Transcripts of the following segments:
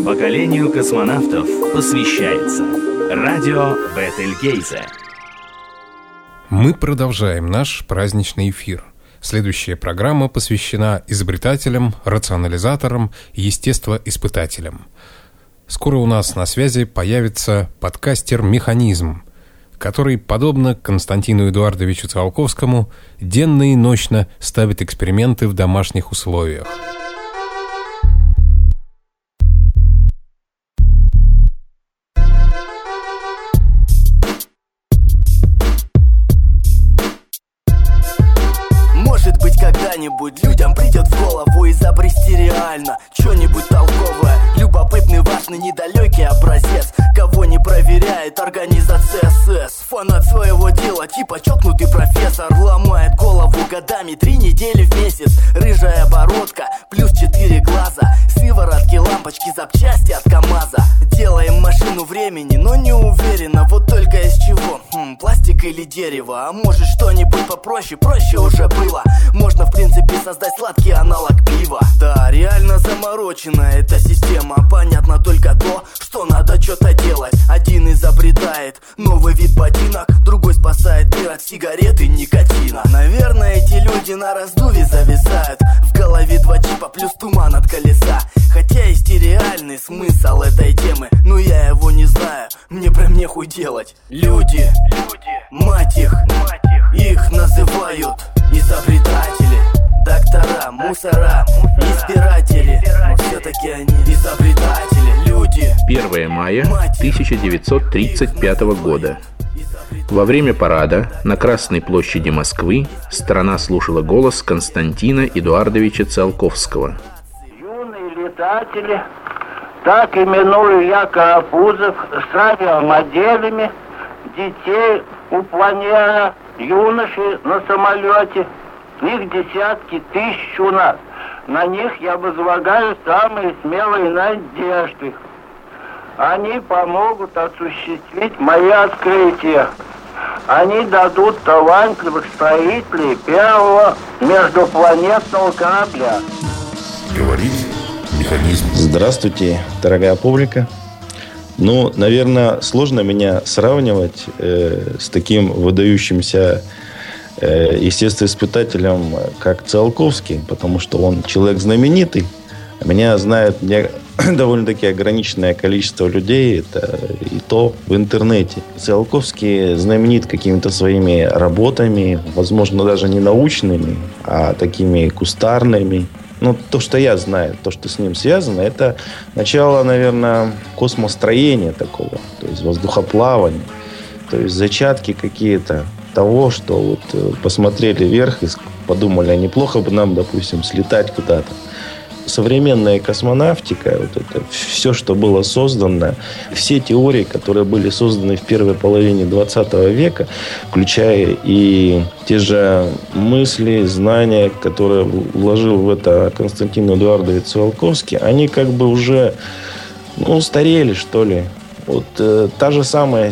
Поколению космонавтов посвящается радио Бетельгейзе. Мы продолжаем наш праздничный эфир. Следующая программа посвящена изобретателям, рационализаторам и естествоиспытателям. Скоро у нас на связи появится подкастер «Механизм», который, подобно Константину Эдуардовичу Циолковскому, денно и ночно ставит эксперименты в домашних условиях. Может быть, когда-нибудь людям придет в голову изобрести реально что-нибудь толковое, любопытный, важный, недалекий образец. Кого не проверяет организация СС. Фанат своего дела, типа чокнутый профессор. Ломает голову годами, 3 недели в месяц. Рыжая бородка, плюс 4 глаза. Сыворотки, лампочки, запчасти от КамАЗа. Делаем машину времени, но не уверена. Вот только из чего? Пластик или дерево? А может что-нибудь попроще? Проще уже было. Можно в принципе создать сладкий аналог пива. Да, реально заморочена эта система. Понятно только то, что надо что-то делать. Один изобретает новый вид ботинок, другой спасает мир от сигарет и никотина. Наверное, эти люди на раздуве зависают. В голове 2 чипа плюс туман от колеса. Хотя есть и реальный смысл этой темы, но я его не знаю, мне прям нехуй делать. Люди, мать их называют изобретатели. Доктора, мусора, избиратели, но все-таки они изобретатели. Люди. 1 мая 1935 года. Во время парада на Красной площади Москвы страна слушала голос Константина Эдуардовича Циолковского. Юные летатели, так именую я Карапузов, с радиомоделями детей упланяя юношей на самолете. Их десятки тысяч у нас. На них я возлагаю самые смелые надежды. Они помогут осуществить мои открытия. Они дадут талантливых строителей первого междупланетного корабля. Говорит «Механизм». Здравствуйте, дорогая публика. Наверное, сложно меня сравнивать с таким выдающимся естествоиспытателем, как Циолковский, потому что он человек знаменитый. Меня знает довольно-таки ограниченное количество людей, это и то в интернете. Циолковский знаменит какими-то своими работами, возможно, даже не научными, а такими кустарными. То, что я знаю, то, что с ним связано, это начало, наверное, космостроения такого, то есть воздухоплавания, то есть зачатки какие-то того, что посмотрели вверх и подумали, а неплохо бы нам, допустим, слетать куда-то. Современная космонавтика, это все, что было создано, все теории, которые были созданы в первой половине 20 века, включая и те же мысли, знания, которые вложил в это Константин Эдуардович Циолковский, они как бы уже устарели, что ли. Та же самая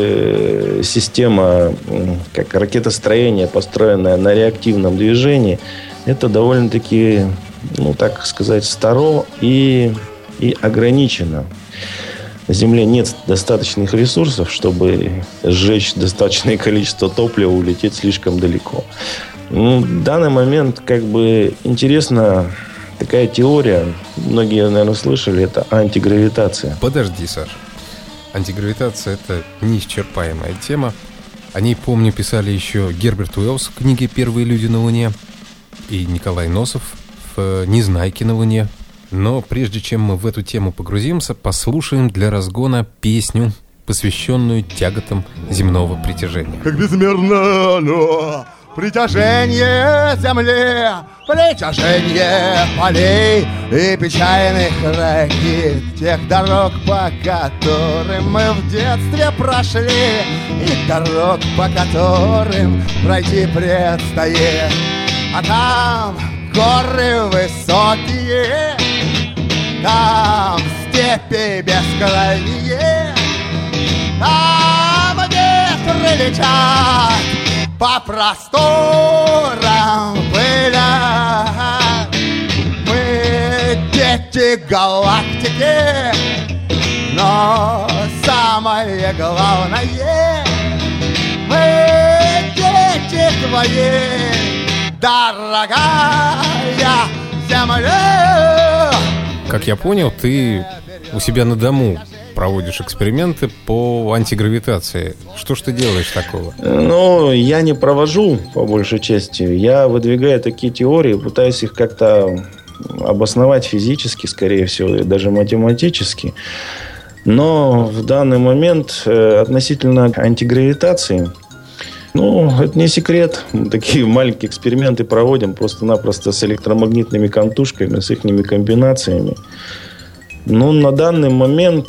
система, как ракетостроение, построенная на реактивном движении, это довольно-таки, так сказать, старо и ограничено. На Земле нет достаточных ресурсов, чтобы сжечь достаточное количество топлива, улететь слишком далеко. В данный момент интересна такая теория, многие, наверное, слышали, это антигравитация. Подожди, Саша. Антигравитация – это неисчерпаемая тема. О ней, помню, писали еще Герберт Уэллс в книге «Первые люди на Луне» и Николай Носов в «Незнайке на Луне». Но прежде чем мы в эту тему погрузимся, послушаем для разгона песню, посвященную тяготам земного притяжения. Как безмерно оно, притяжение Земли, притяжение полей и печальных ракет, тех дорог, по которым мы в детстве прошли, и дорог, по которым пройти предстоит. А там горы высокие, там степи бескрайние, там ветры летят по просторам пыля. Мы дети дети галактики. Но самое главное, мы дети твои, дорогая Земля. Как я понял, ты у себя на дому проводишь эксперименты по антигравитации. Что ж ты делаешь такого? Ну, я не провожу, по большей части. Я выдвигаю такие теории, пытаюсь их как-то обосновать физически, скорее всего, и даже математически. Но в данный момент относительно антигравитации, ну, это не секрет. Мы такие маленькие эксперименты проводим просто-напросто с электромагнитными кантушками, с их комбинациями. Но на данный момент,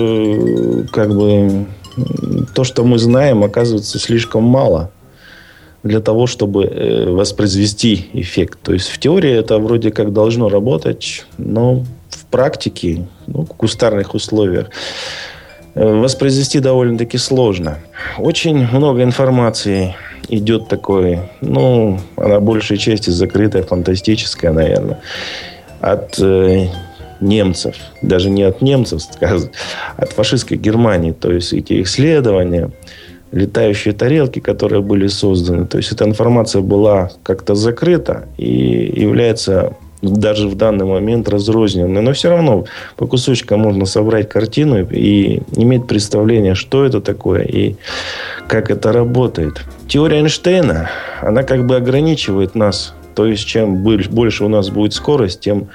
как бы, то, что мы знаем, оказывается слишком мало для того, чтобы воспроизвести эффект. То есть в теории это вроде как должно работать, но в практике, в кустарных условиях, воспроизвести довольно-таки сложно. Очень много информации идет такой, она большей части закрытая, фантастическая, наверное, от немцев, даже не от немцев, от фашистской Германии. То есть эти исследования, летающие тарелки, которые были созданы, то есть эта информация была как-то закрыта и является даже в данный момент разрозненной. Но все равно по кусочкам можно собрать картину и иметь представление, что это такое и как это работает. Теория Эйнштейна, она как бы ограничивает нас. То есть чем больше у нас будет скорость, тем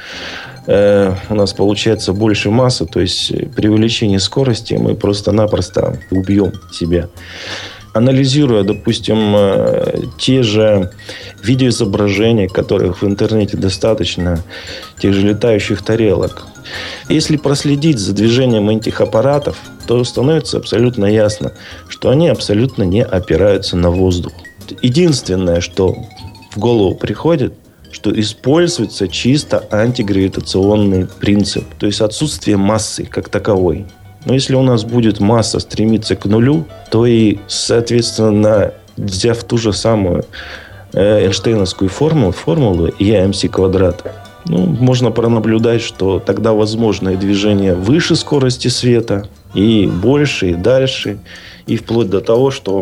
у нас получается больше массы. То есть при увеличении скорости мы просто-напросто убьем себя. Анализируя, допустим, те же видеоизображения, которых в интернете достаточно, тех же летающих тарелок. Если проследить за движением этих аппаратов, то становится абсолютно ясно, что они абсолютно не опираются на воздух. Единственное, что в голову приходит, что используется чисто антигравитационный принцип, то есть отсутствие массы как таковой. Но если у нас будет масса стремиться к нулю, то и, соответственно, взяв ту же самую эйнштейновскую формулу E МС квадрат, можно пронаблюдать, что тогда возможно и движение выше скорости света, и больше, и дальше, и вплоть до того, что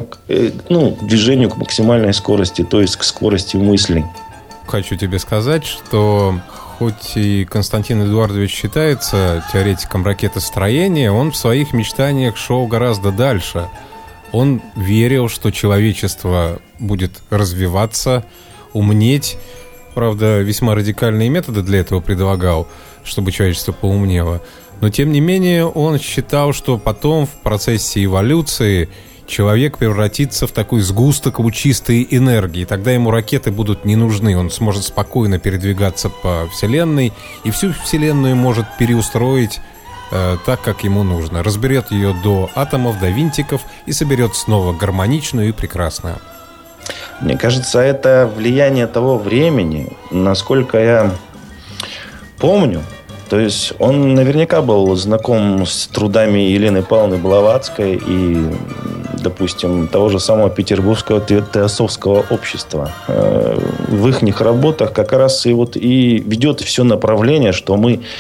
движению к максимальной скорости, то есть к скорости мыслей. Хочу тебе сказать, что хоть и Константин Эдуардович считается теоретиком ракетостроения, он в своих мечтаниях шел гораздо дальше. Он верил, что человечество будет развиваться, умнеть. Правда, весьма радикальные методы для этого предлагал, чтобы человечество поумнело. Но, тем не менее, он считал, что потом в процессе эволюции человек превратится в такой сгусток лучистой энергии. Тогда ему ракеты будут не нужны. Он сможет спокойно передвигаться по Вселенной и всю Вселенную может переустроить так, как ему нужно. Разберет ее до атомов, до винтиков и соберет снова гармоничную и прекрасную. Мне кажется, это влияние того времени, насколько я помню. То есть он наверняка был знаком с трудами Елены Павловны Блаватской и, допустим, того же самого Петербургского теософского общества. В их работах как раз и ведет все направление, что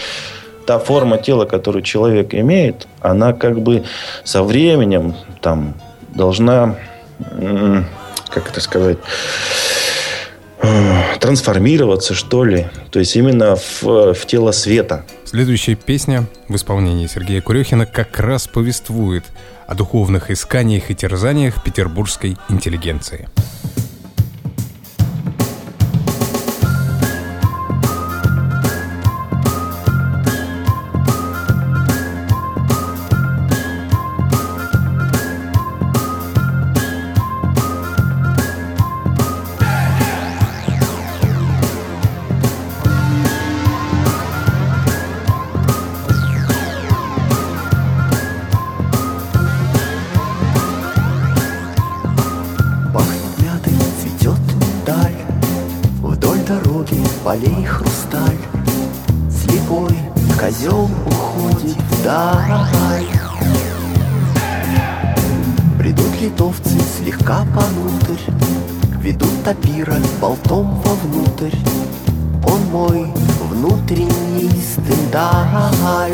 та форма тела, которую человек имеет, она как бы со временем должна, как это сказать, трансформироваться, что ли. То есть именно в тело света. Следующая песня в исполнении Сергея Курехина как раз повествует о духовных исканиях и терзаниях петербургской интеллигенции. Полей хрусталь, слепой козел уходит вдаль. Придут литовцы слегка понутрь, ведут тапира болтом вовнутрь. Он мой внутренний стендаль.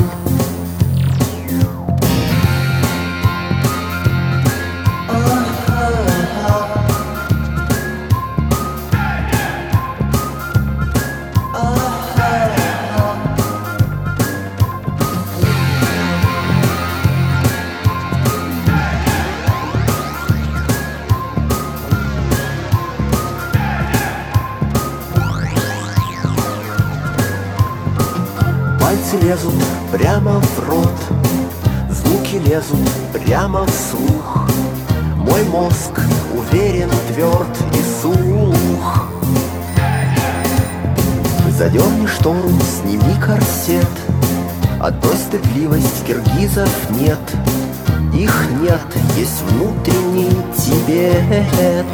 Пальцы лезут прямо в рот, звуки лезут прямо в слух. Мой мозг уверен, тверд и сух. Задерни штору, сними корсет, отбрось стыдливость, киргизов нет. Их нет, есть внутренний Тибет.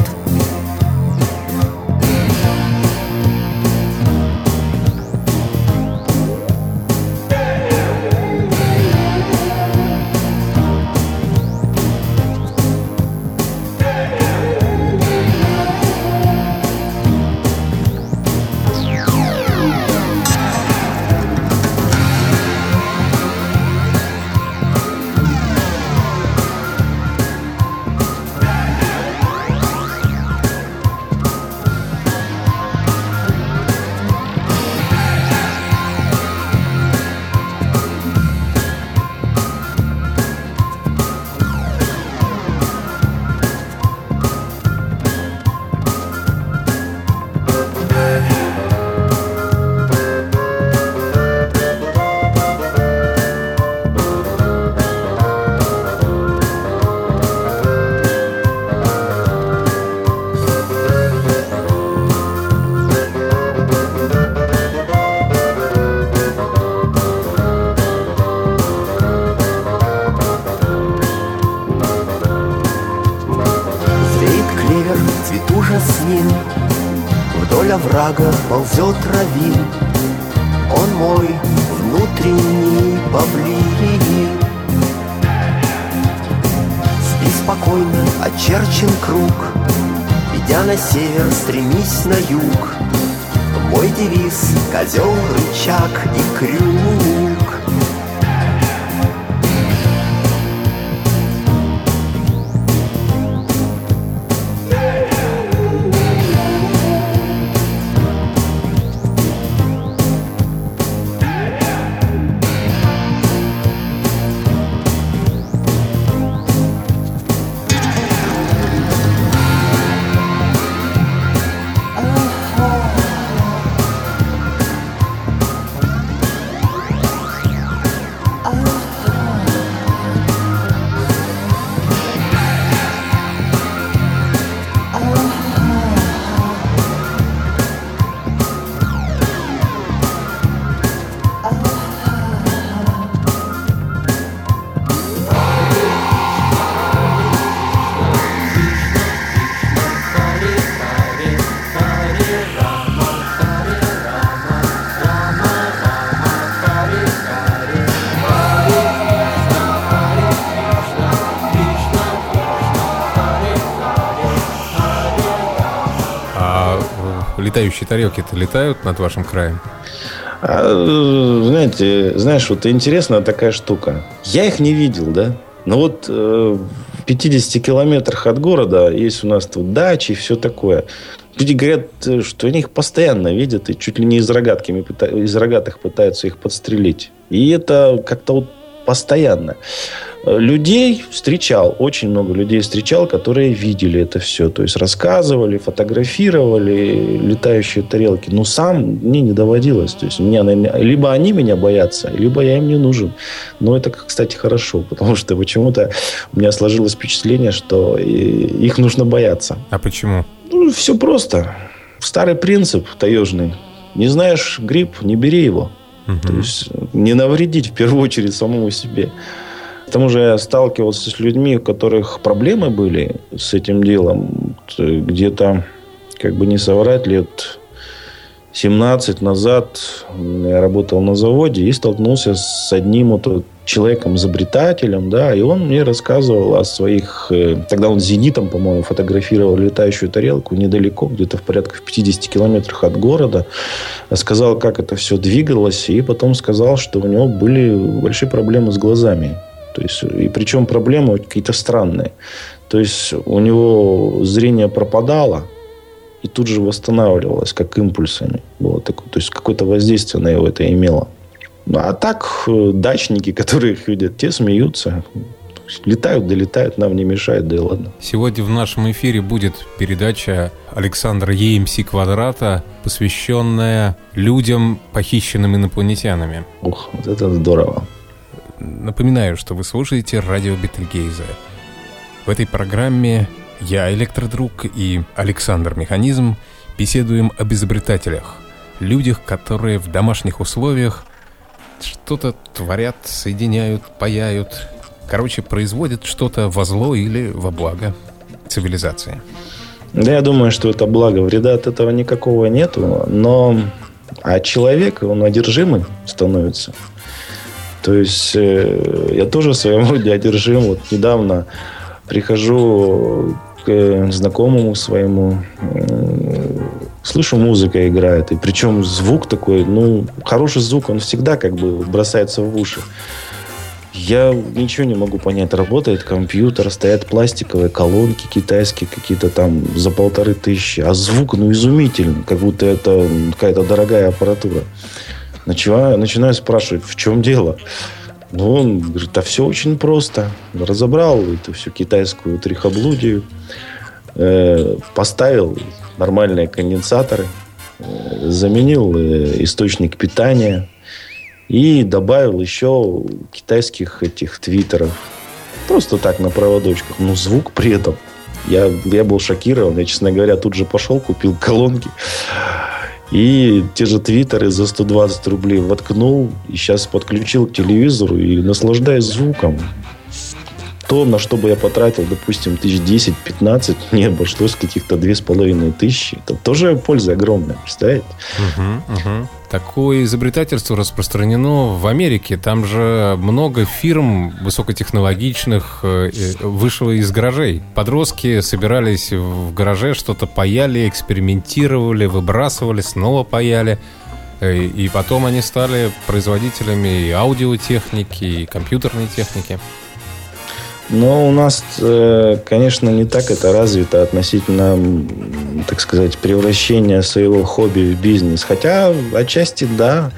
Вдоль оврага ползет равин. Он мой внутренний павлин. Спи спокойно, очерчен круг. Идя на север, стремись на юг. Мой девиз — козел, рычаг и крюк. Летающие тарелки-то летают над вашим краем? Знаешь, вот интересная такая штука. Я их не видел, да? Но вот в 50 километрах от города есть у нас тут дачи и все такое. Люди говорят, что они их постоянно видят и чуть ли не из рогатых пытаются их подстрелить. И это как-то вот постоянно. Людей встречал, очень много людей встречал, которые видели это все. То есть рассказывали, фотографировали летающие тарелки. Но сам мне не доводилось. То есть либо они меня боятся, либо я им не нужен. Но это, кстати, хорошо. Потому что почему-то у меня сложилось впечатление, что их нужно бояться. А почему? Все просто. Старый принцип таежный. Не знаешь гриб, не бери его. То есть не навредить в первую очередь самому себе. К тому же я сталкивался с людьми, у которых проблемы были с этим делом. Где-то, как бы не соврать, лет 17 назад я работал на заводе и столкнулся с одним вот человеком-изобретателем, да, и он мне рассказывал о своих... Тогда он зенитом, по-моему, фотографировал летающую тарелку недалеко, где-то в порядка в 50 километрах от города. Рассказал, как это все двигалось, и потом сказал, что у него были большие проблемы с глазами. То есть, и причем проблемы какие-то странные. То есть, у него зрение пропадало, и тут же восстанавливалось, как импульсами. Было такое, то есть, какое-то воздействие на его это имело. А так, дачники, которые их видят, те смеются. Летают, долетают, нам не мешает, да и ладно. Сегодня в нашем эфире будет передача Александра EMC Квадрата, посвященная людям, похищенным инопланетянами. Ух, вот это здорово. Напоминаю, что вы слушаете радио Бетельгейзе. В этой программе я, Электродруг, и Александр Механизм беседуем об изобретателях, людях, которые в домашних условиях что-то творят, соединяют, паяют. Короче, производят что-то во зло или во благо цивилизации. Да, я думаю, что это благо. Вреда от этого никакого нету. Но человек, он одержимый становится. То есть, я тоже в своем роде одержим. Вот недавно прихожу к знакомому своему, слышу, музыка играет. И причем звук такой, хороший звук, он всегда как бы бросается в уши. Я ничего не могу понять. Работает компьютер, стоят пластиковые колонки китайские какие-то там за 1500. А звук, изумительный. Как будто это какая-то дорогая аппаратура. Начинаю спрашивать, в чем дело? Он говорит, да все очень просто. Разобрал эту всю китайскую трихоблудию. Поставил нормальные конденсаторы. Заменил источник питания. И добавил еще китайских этих твиттеров. Просто так, на проводочках. Звук при этом. Я был шокирован. Я, честно говоря, тут же пошел, купил колонки. И те же твиттеры за 120 рублей воткнул. И сейчас подключил к телевизору и наслаждаюсь звуком. То, на что бы я потратил, допустим, 10-15, мне обошлось каких-то 2500. Это тоже польза огромная, представляете? Такое изобретательство распространено в Америке. Там же много фирм высокотехнологичных вышло из гаражей. Подростки собирались в гараже, что-то паяли, экспериментировали, выбрасывали, снова паяли. И потом они стали производителями и аудиотехники, и компьютерной техники. Но у нас, конечно, не так это развито относительно, так сказать, превращения своего хобби в бизнес. Хотя, отчасти, да.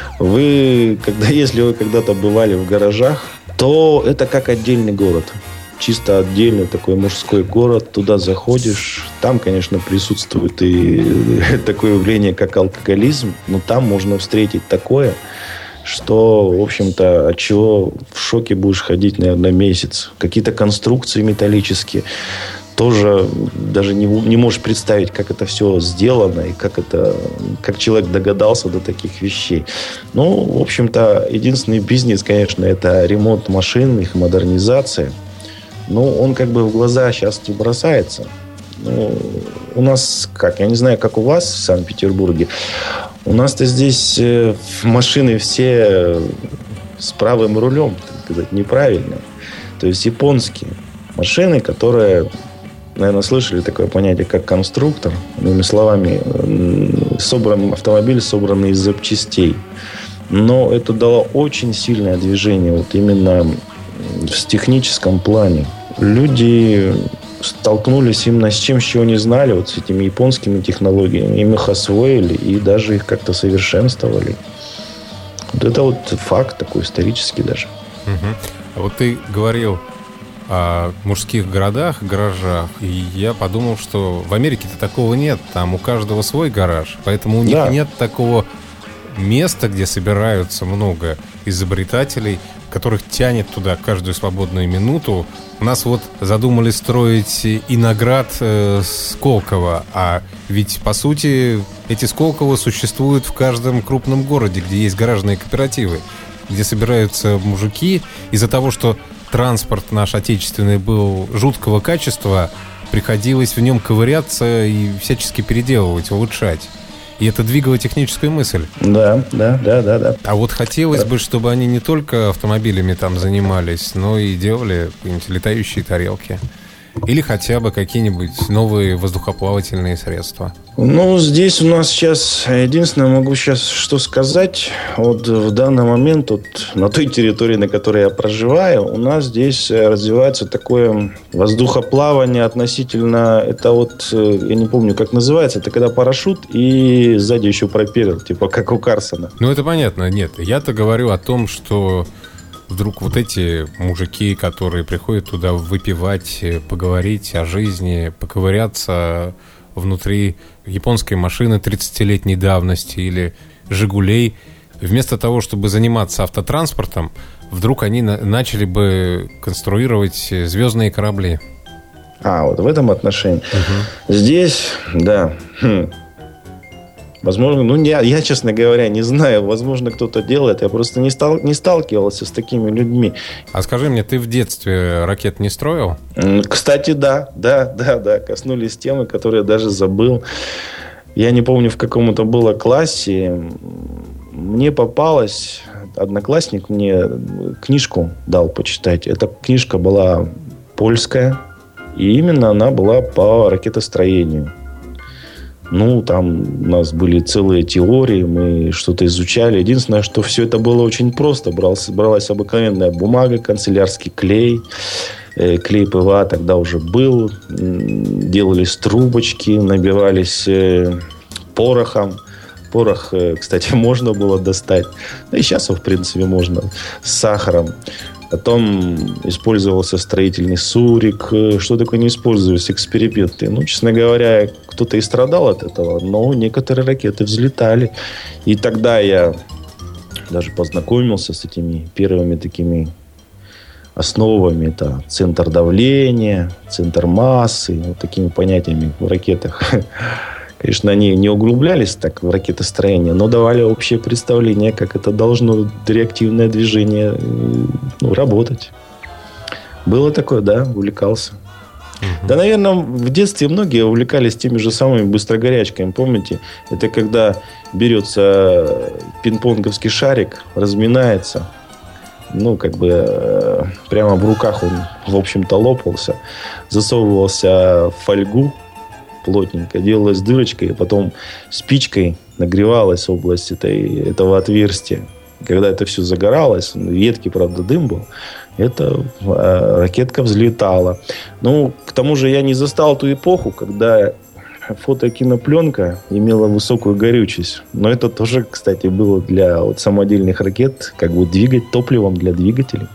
Если вы когда-то бывали в гаражах, то это как отдельный город. Чисто отдельный такой мужской город. Туда заходишь. Там, конечно, присутствует и такое явление, как алкоголизм. Но там можно встретить такое, что, в общем-то, от чего в шоке будешь ходить, наверное, месяц. Какие-то конструкции металлические. Тоже даже не можешь представить, как это все сделано и как человек догадался до таких вещей. В общем-то, единственный бизнес, конечно, это ремонт машин, их модернизация. Он как бы в глаза сейчас не бросается. У нас я не знаю, как у вас в Санкт-Петербурге. У нас-то здесь машины все с правым рулем, так сказать, неправильные. То есть японские машины, которые, наверное, слышали такое понятие, как конструктор. Иными словами, автомобиль собранный из запчастей. Но это дало очень сильное движение именно в техническом плане. Люди столкнулись именно с чего не знали, с этими японскими технологиями. Им их освоили и даже их как-то совершенствовали. Это факт такой исторический даже. А вот ты говорил о мужских городах, гаражах, и я подумал, что в Америке-то такого нет. Там у каждого свой гараж, поэтому у них нет такого места, где собираются много изобретателей, которых тянет туда каждую свободную минуту. У нас задумали строить Иноград Сколково, а ведь, по сути, эти Сколково существуют в каждом крупном городе, где есть гаражные кооперативы, где собираются мужики. Из-за того, что транспорт наш отечественный был жуткого качества, приходилось в нем ковыряться и всячески переделывать, улучшать. И это двигало техническую мысль. Да. А вот хотелось бы, чтобы они не только автомобилями там занимались, но и делали какие-нибудь летающие тарелки. Или хотя бы какие-нибудь новые воздухоплавательные средства. Ну, здесь у нас сейчас, единственное, могу сейчас что сказать. Вот в данный момент, вот на той территории, на которой я проживаю, у нас здесь развивается такое воздухоплавание относительно, это вот, я не помню, как называется, это когда парашют и сзади еще пропеллер, типа как у Карсона. Ну, это понятно, нет. Я-то говорю о том, что вдруг вот эти мужики, которые приходят туда выпивать, поговорить о жизни, поковыряться внутри японской машины 30-летней давности или «Жигулей», вместо того, чтобы заниматься автотранспортом, вдруг они начали бы конструировать звездные корабли. Вот в этом отношении. Здесь, да. Возможно, я, честно говоря, не знаю. Возможно, кто-то делает. Я просто не сталкивался с такими людьми. А скажи мне, ты в детстве ракет не строил? Кстати, да. Коснулись темы, которую я даже забыл. Я не помню, в каком это было классе. Мне попалась... Одноклассник мне книжку дал почитать. Эта книжка была польская. И именно она была по ракетостроению. Ну, там у нас были целые теории, мы что-то изучали. Единственное, что все это было очень просто. Бралась обыкновенная бумага, канцелярский клей. Клей ПВА тогда уже был. Делались трубочки, набивались порохом. Порох, кстати, можно было достать. Да и сейчас, в принципе, можно. С сахаром. Потом использовался строительный сурик. Что такое не использовались? Эксперименты. Ну, честно говоря, кто-то и страдал от этого, но некоторые ракеты взлетали. И тогда я даже познакомился с этими первыми такими основами. Это центр давления, центр массы. Вот такими понятиями в ракетах. Конечно, они не углублялись так в ракетостроение, но давали общее представление, как это должно реактивное движение работать. Было такое, да, увлекался. Да, наверное, в детстве многие увлекались теми же самыми быстрогорячками. Помните, это когда берется пинг-понговский шарик, разминается, прямо в руках он, в общем-то, лопался, засовывался в фольгу, плотненько, делалась дырочка, и потом спичкой нагревалась область этого отверстия. Когда это все загоралось, едкий, правда, дым был, эта ракетка взлетала. К тому же я не застал ту эпоху, когда фото-кинопленка имела высокую горючесть. Но это тоже, кстати, было для самодельных ракет, топливом для двигателей.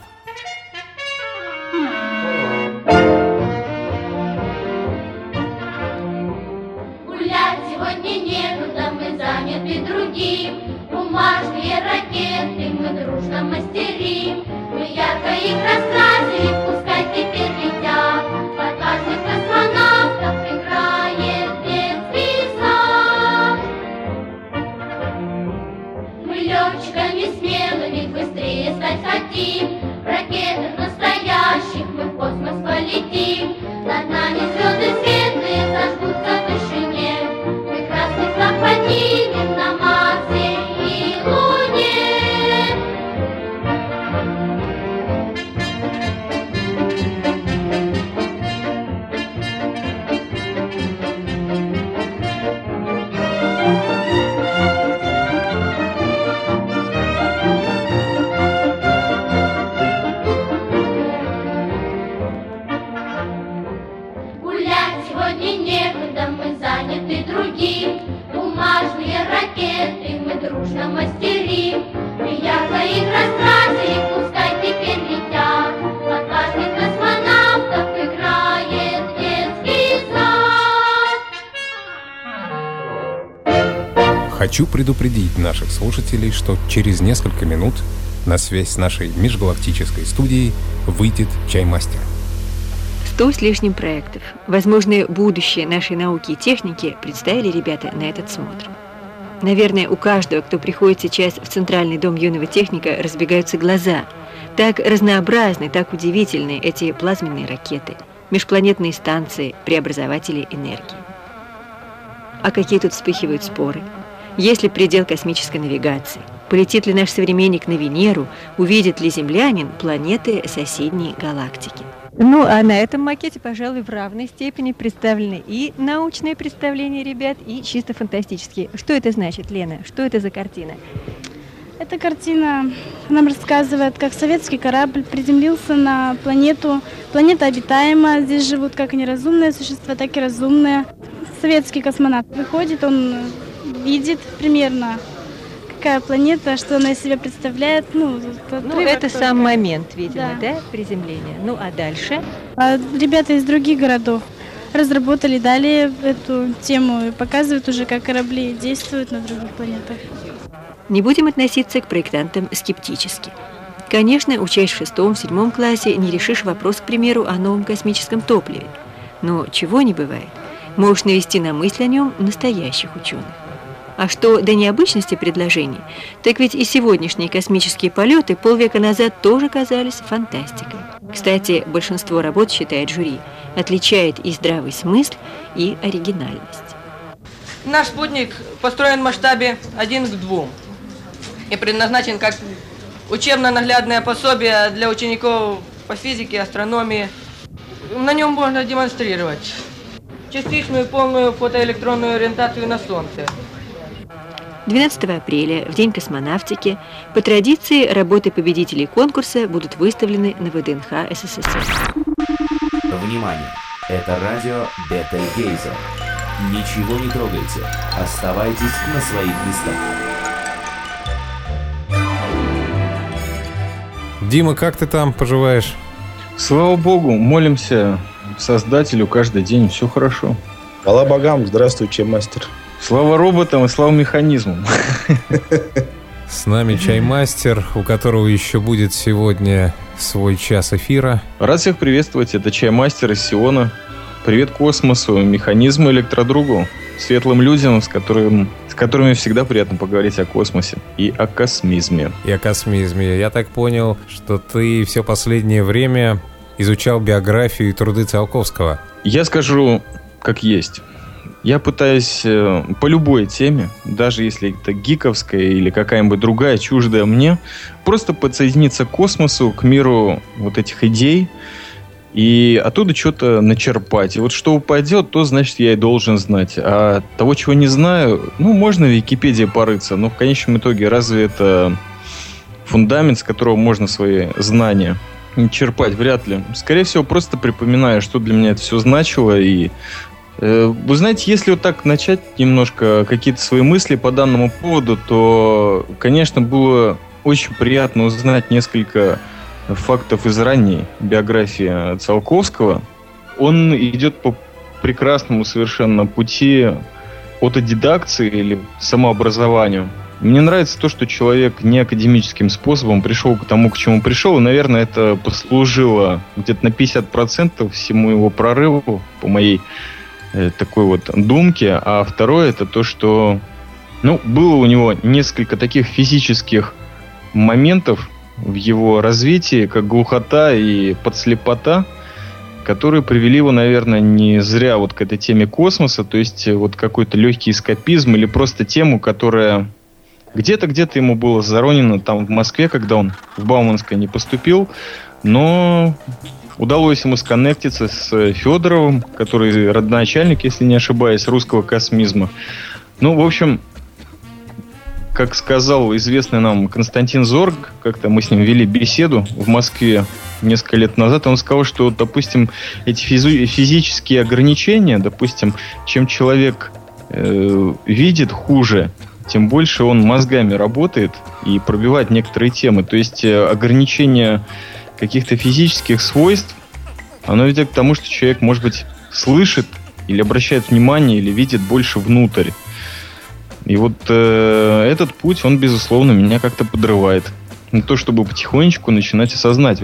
Хочу предупредить наших слушателей, что через несколько минут на связь с нашей межгалактической студией выйдет чаймастер. 100 с лишним проектов. Возможное будущее нашей науки и техники представили ребята на этот смотр. Наверное, у каждого, кто приходит сейчас в Центральный дом юного техника, разбегаются глаза. Так разнообразны, так удивительны эти плазменные ракеты, межпланетные станции, преобразователи энергии. А какие тут вспыхивают споры. Есть ли предел космической навигации? Полетит ли наш современник на Венеру? Увидит ли землянин планеты соседней галактики? Ну, а на этом макете, пожалуй, в равной степени представлены и научные представления ребят, и чисто фантастические. Что это значит, Лена? Что это за картина? Эта картина нам рассказывает, как советский корабль приземлился на планету. Планета обитаема, здесь живут как неразумные существа, так и разумные. Советский космонавт выходит, он видит примерно, какая планета, что она из себя представляет. Это сам момент, видимо, да, приземления. Ну, а дальше? Ребята из других городов разработали далее эту тему и показывают уже, как корабли действуют на других планетах. Не будем относиться к проектантам скептически. Конечно, учась в 6-7 классе, не решишь вопрос, к примеру, о новом космическом топливе. Но чего не бывает, можешь навести на мысль о нем настоящих ученых. А что до необычности предложений, так ведь и сегодняшние космические полеты полвека назад тоже казались фантастикой. Кстати, большинство работ, считает жюри, отличает и здравый смысл, и оригинальность. Наш спутник построен в масштабе 1:2 и предназначен как учебно-наглядное пособие для учеников по физике, астрономии. На нем можно демонстрировать частичную и полную фотоэлектронную ориентацию на Солнце. 12 апреля, в День космонавтики, по традиции работы победителей конкурса будут выставлены на ВДНХ СССР. Внимание! Это радио Бетельгейзе. Ничего не трогайте. Оставайтесь на своих местах. Дима, как ты там поживаешь? Слава богу, молимся Создателю каждый день, все хорошо. Хвала богам, здравствуй, чаймастер. Слава роботам и слава механизмам. С нами чаймастер, у которого еще будет сегодня свой час эфира. Рад всех приветствовать, это чаймастер из Сиона. Привет космосу, механизму, электродругу, светлым людям, с которыми всегда приятно поговорить о космосе и о космизме. Я так понял, что ты все последнее время изучал биографию и труды Циолковского. Я скажу, как есть. Я пытаюсь по любой теме, даже если это гиковская или какая-нибудь другая, чуждая мне, просто подсоединиться к космосу, к миру вот этих идей, и оттуда что-то начерпать. И вот что упадет, то, значит, я и должен знать. А того, чего не знаю, можно в Википедии порыться, но в конечном итоге разве это фундамент, с которого можно свои знания черпать? Вряд ли. Скорее всего, просто припоминаю, что для меня это все значило. И вы знаете, если вот так начать немножко какие-то свои мысли по данному поводу, то, конечно, было очень приятно узнать несколько фактов из ранней биографии Циолковского. Он идет по прекрасному совершенно пути автодидакции или самообразованию. Мне нравится то, что человек не академическим способом пришел к тому, к чему пришел, и, наверное, это послужило где-то на 50% всему его прорыву, по моей такой вот думке. А второе, это то, что было у него несколько таких физических моментов в его развитии, как глухота и подслепота, которые привели его, наверное, не зря вот к этой теме космоса, то есть вот какой-то легкий эскапизм или просто тему, которая где-то ему было заронено там в Москве, когда он в Бауманское не поступил, но удалось ему сконнектиться с Федоровым, который родоначальник, если не ошибаюсь, русского космизма. В общем, как сказал известный нам Константин Зорг, как-то мы с ним вели беседу в Москве несколько лет назад, он сказал, что, допустим, эти физические ограничения, допустим, чем человек видит хуже, тем больше он мозгами работает и пробивает некоторые темы. То есть ограничение каких-то физических свойств, оно ведет к тому, что человек, может быть, слышит или обращает внимание, или видит больше внутрь. И вот этот путь, он, безусловно, меня как-то подрывает. На то, чтобы потихонечку начинать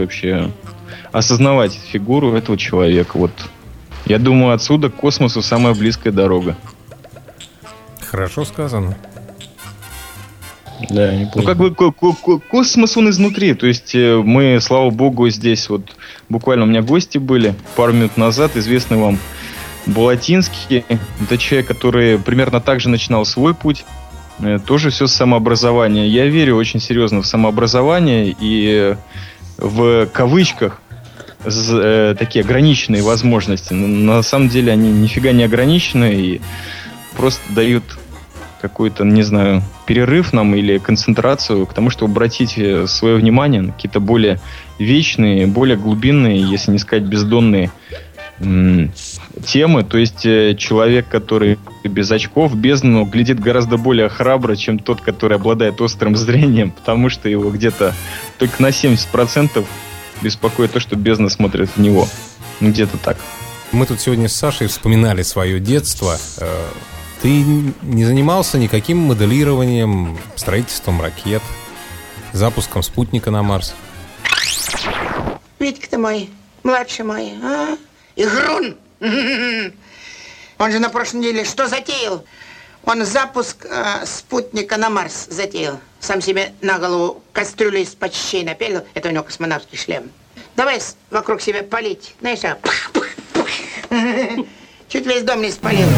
осознавать фигуру этого человека. Вот. Я думаю, отсюда к космосу самая близкая дорога. Хорошо сказано. Да, не понял. Как бы космос, он изнутри. То есть мы, слава богу, здесь вот буквально у меня гости были пару минут назад, известный вам Булатинский. Это человек, который примерно так же начинал свой путь тоже все самообразование. Я верю очень серьезно в самообразование и в кавычках такие ограниченные возможности. Но на самом деле они нифига не ограничены и просто дают какой-то, не знаю, перерыв нам или концентрацию к тому, чтобы обратить свое внимание на какие-то более вечные, более глубинные, если не сказать бездонные темы. То есть человек, который без очков в бездну, глядит гораздо более храбро, чем тот, который обладает острым зрением, потому что его где-то только на 70% беспокоит то, что бездна смотрит в него. Где-то так. Мы тут сегодня с Сашей вспоминали свое детство. Ты не занимался никаким моделированием, строительством ракет, запуском спутника на Марс? Витька-то мой, младший мой, а? Игрун! Он же на прошлой неделе что затеял? Он запуск спутника на Марс затеял. Сам себе на голову кастрюлю из-под щей напялил. Это у него космонавтский шлем. Давай вокруг себя палить. Знаешь, чуть весь дом не спалил.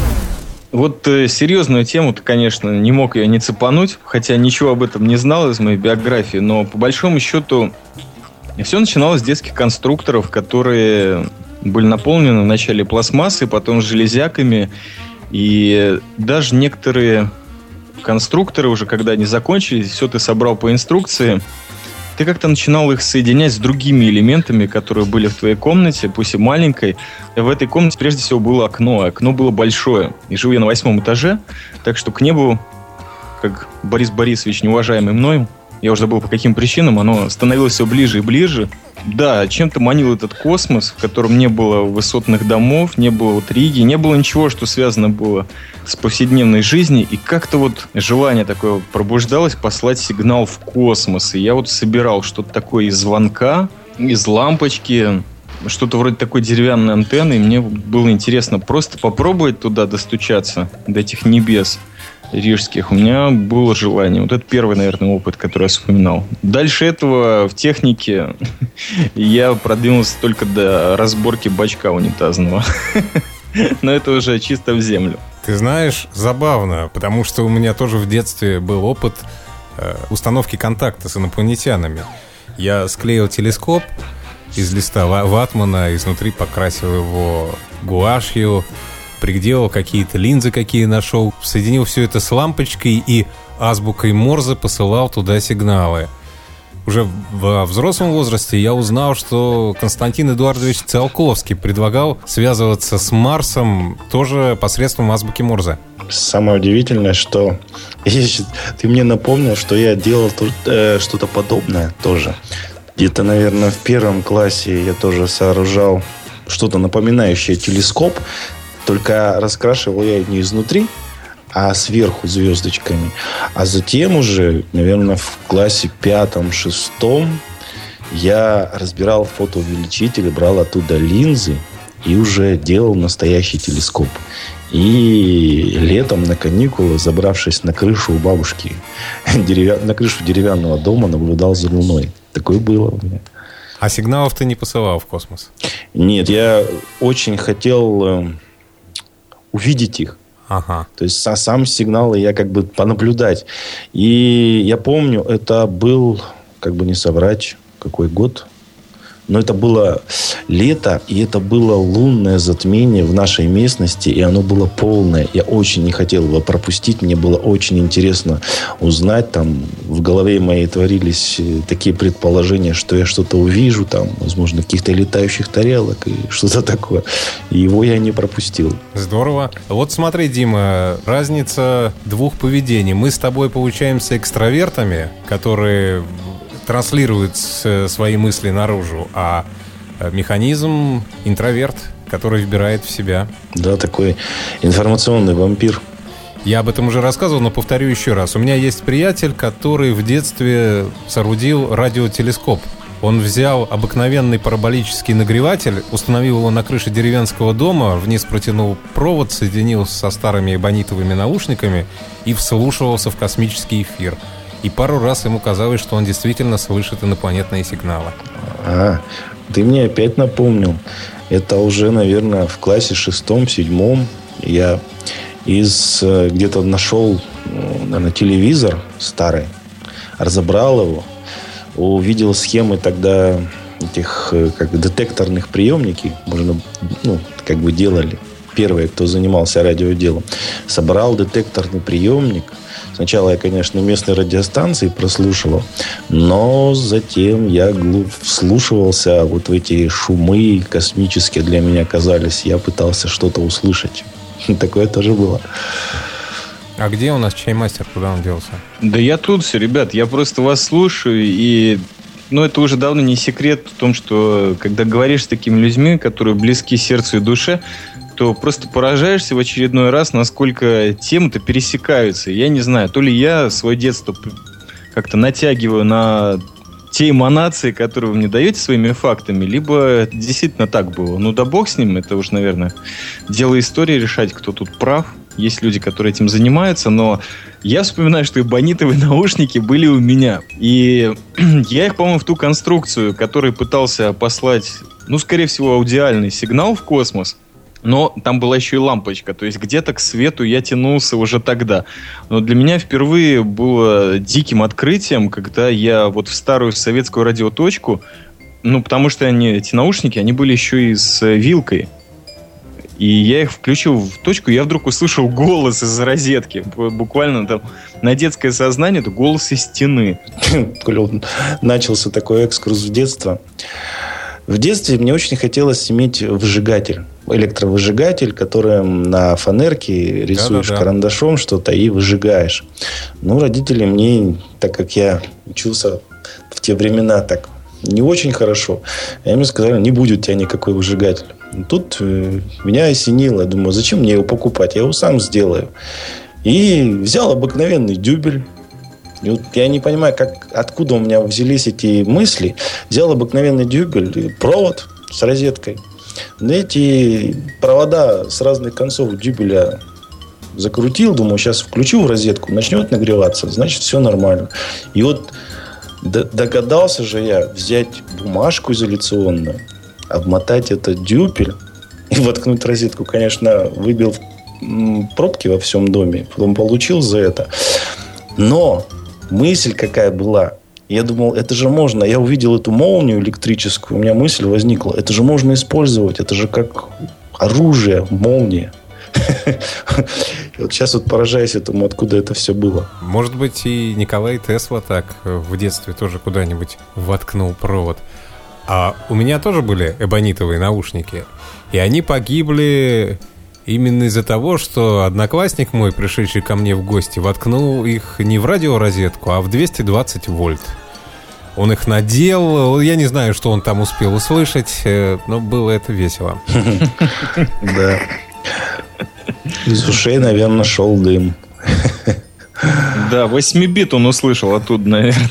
Вот серьезную тему-то, конечно, не мог я не цепануть, хотя ничего об этом не знал из моей биографии, но по большому счету все начиналось с детских конструкторов, которые были наполнены вначале пластмассой, потом железяками, и даже некоторые конструкторы уже, когда они закончились, все ты собрал по инструкции, ты как-то начинал их соединять с другими элементами, которые были в твоей комнате, пусть и маленькой. И в этой комнате прежде всего было окно. Окно было большое. И живу я на 8 этаже, так что к небу, как Борис Борисович, неуважаемый мной, я уже забыл по каким причинам, оно становилось все ближе и ближе. Да, чем-то манил этот космос, в котором не было высотных домов, не было вот Риги, не было ничего, что связано было с повседневной жизнью. И как-то вот желание такое пробуждалось послать сигнал в космос. И я вот собирал что-то такое из звонка, из лампочки, что-то вроде такой деревянной антенны. И мне было интересно просто попробовать туда достучаться, до этих небес рижских. У меня было желание. Вот это первый, наверное, опыт, который я вспоминал. Дальше этого в технике я продвинулся только до разборки бачка унитазного. Но это уже чисто в землю. Ты знаешь, забавно, потому что у меня тоже в детстве был опыт установки контакта с инопланетянами. Я склеил телескоп из листа ватмана, изнутри покрасил его гуашью, приделал какие-то линзы, какие нашел, соединил все это с лампочкой и азбукой Морзе посылал туда сигналы. Уже во взрослом возрасте я узнал, что Константин Эдуардович Циолковский предлагал связываться с Марсом тоже посредством азбуки Морзе. Самое удивительное, что ты мне напомнил, что я делал что-то подобное тоже. Где-то, наверное, в 1 классе я тоже сооружал что-то напоминающее телескоп. Только раскрашивал я не изнутри, а сверху звездочками. А затем уже, наверное, в классе 5-6 я разбирал фотоувеличитель, брал оттуда линзы и уже делал настоящий телескоп. И летом на каникулы, забравшись на крышу у бабушки, на крышу деревянного дома, наблюдал за Луной. Такое было у меня. А сигналов ты не посылал в космос? Нет, я очень хотел увидеть их. Ага. То есть сам сигнал я как бы понаблюдать. И я помню, это был, как бы не соврать, какой год. Но это было лето, и это было лунное затмение в нашей местности, и оно было полное. Я очень не хотел его пропустить, мне было очень интересно узнать. Там в голове моей творились такие предположения, что я что-то увижу, там, возможно, каких-то летающих тарелок и что-то такое. И его я не пропустил. Здорово. Вот смотри, Дима, разница двух поведений. Мы с тобой получаемся экстравертами, которые транслирует свои мысли наружу, а механизм интроверт, который вбирает в себя. Да, такой информационный вампир. Я об этом уже рассказывал, но повторю еще раз. У меня есть приятель, который в детстве соорудил радиотелескоп. Он взял обыкновенный параболический нагреватель, установил его на крыше деревенского дома, вниз протянул провод, соединил со старыми эбонитовыми наушниками и вслушивался в космический эфир. И пару раз ему казалось, что он действительно слышит инопланетные сигналы. Ты мне опять напомнил. Это уже, наверное, в классе 6-7 я где-то нашел наверное, телевизор старый, разобрал его, увидел схемы тогда этих как детекторных приемники, можно, как бы делали. Первые, кто занимался радиоделом. Собрал детекторный приемник. Сначала я, конечно, местные радиостанции прослушивал, но затем я вслушивался вот в эти шумы космические для меня казались. Я пытался что-то услышать. Такое тоже было. А где у нас чаймастер? Куда он делся? Да я тут все, ребят. Я просто вас слушаю. И это уже давно не секрет в том, что когда говоришь с такими людьми, которые близки сердцу и душе, то просто поражаешься в очередной раз, насколько темы-то пересекаются. Я не знаю, то ли я свое детство как-то натягиваю на те эманации, которые вы мне даете своими фактами, либо это действительно так было. Да бог с ним, это уж, наверное, дело истории решать, кто тут прав. Есть люди, которые этим занимаются, но я вспоминаю, что эбонитовые наушники были у меня. И я их, по-моему, в ту конструкцию, которой пытался послать, скорее всего, аудиальный сигнал в космос, но там была еще и лампочка, то есть где-то к свету я тянулся уже тогда. Но для меня впервые было диким открытием, когда я вот в старую советскую радиоточку, потому что эти наушники, они были еще и с вилкой. И я их включил в точку, и я вдруг услышал голос из розетки. Буквально там на детское сознание, это голос из стены. Начался такой экскурс в детство. В детстве мне очень хотелось иметь выжигатель, электровыжигатель, которым на фанерке рисуешь карандашом что-то и выжигаешь. Родители мне, так как я учился в те времена так не очень хорошо, они мне сказали, не будет у тебя никакой выжигатель. Тут меня осенило, я думаю, зачем мне его покупать, я его сам сделаю. И взял обыкновенный дюбель. И вот я не понимаю, откуда у меня взялись эти мысли. Взял обыкновенный дюбель, провод с розеткой. Эти провода с разных концов дюбеля закрутил. Думаю, сейчас включу в розетку, начнет нагреваться. Значит, все нормально. И вот догадался же я взять бумажку изоляционную, обмотать этот дюбель и воткнуть в розетку. Конечно, выбил пробки во всем доме. Потом получил за это. Но мысль какая была. Я думал, это же можно. Я увидел эту молнию электрическую. У меня мысль возникла. Это же можно использовать. Это же как оружие, молния. Вот сейчас вот поражаюсь этому, откуда это все было. Может быть, и Николай Тесла так в детстве тоже куда-нибудь воткнул провод. А у меня тоже были эбонитовые наушники. И они погибли именно из-за того, что одноклассник мой, пришедший ко мне в гости, воткнул их не в радиорозетку, а в 220 вольт. Он их надел, я не знаю, что он там успел услышать, но было это весело. Да. Из ушей, наверное, шел дым. Да, 8-бит он услышал оттуда, наверное.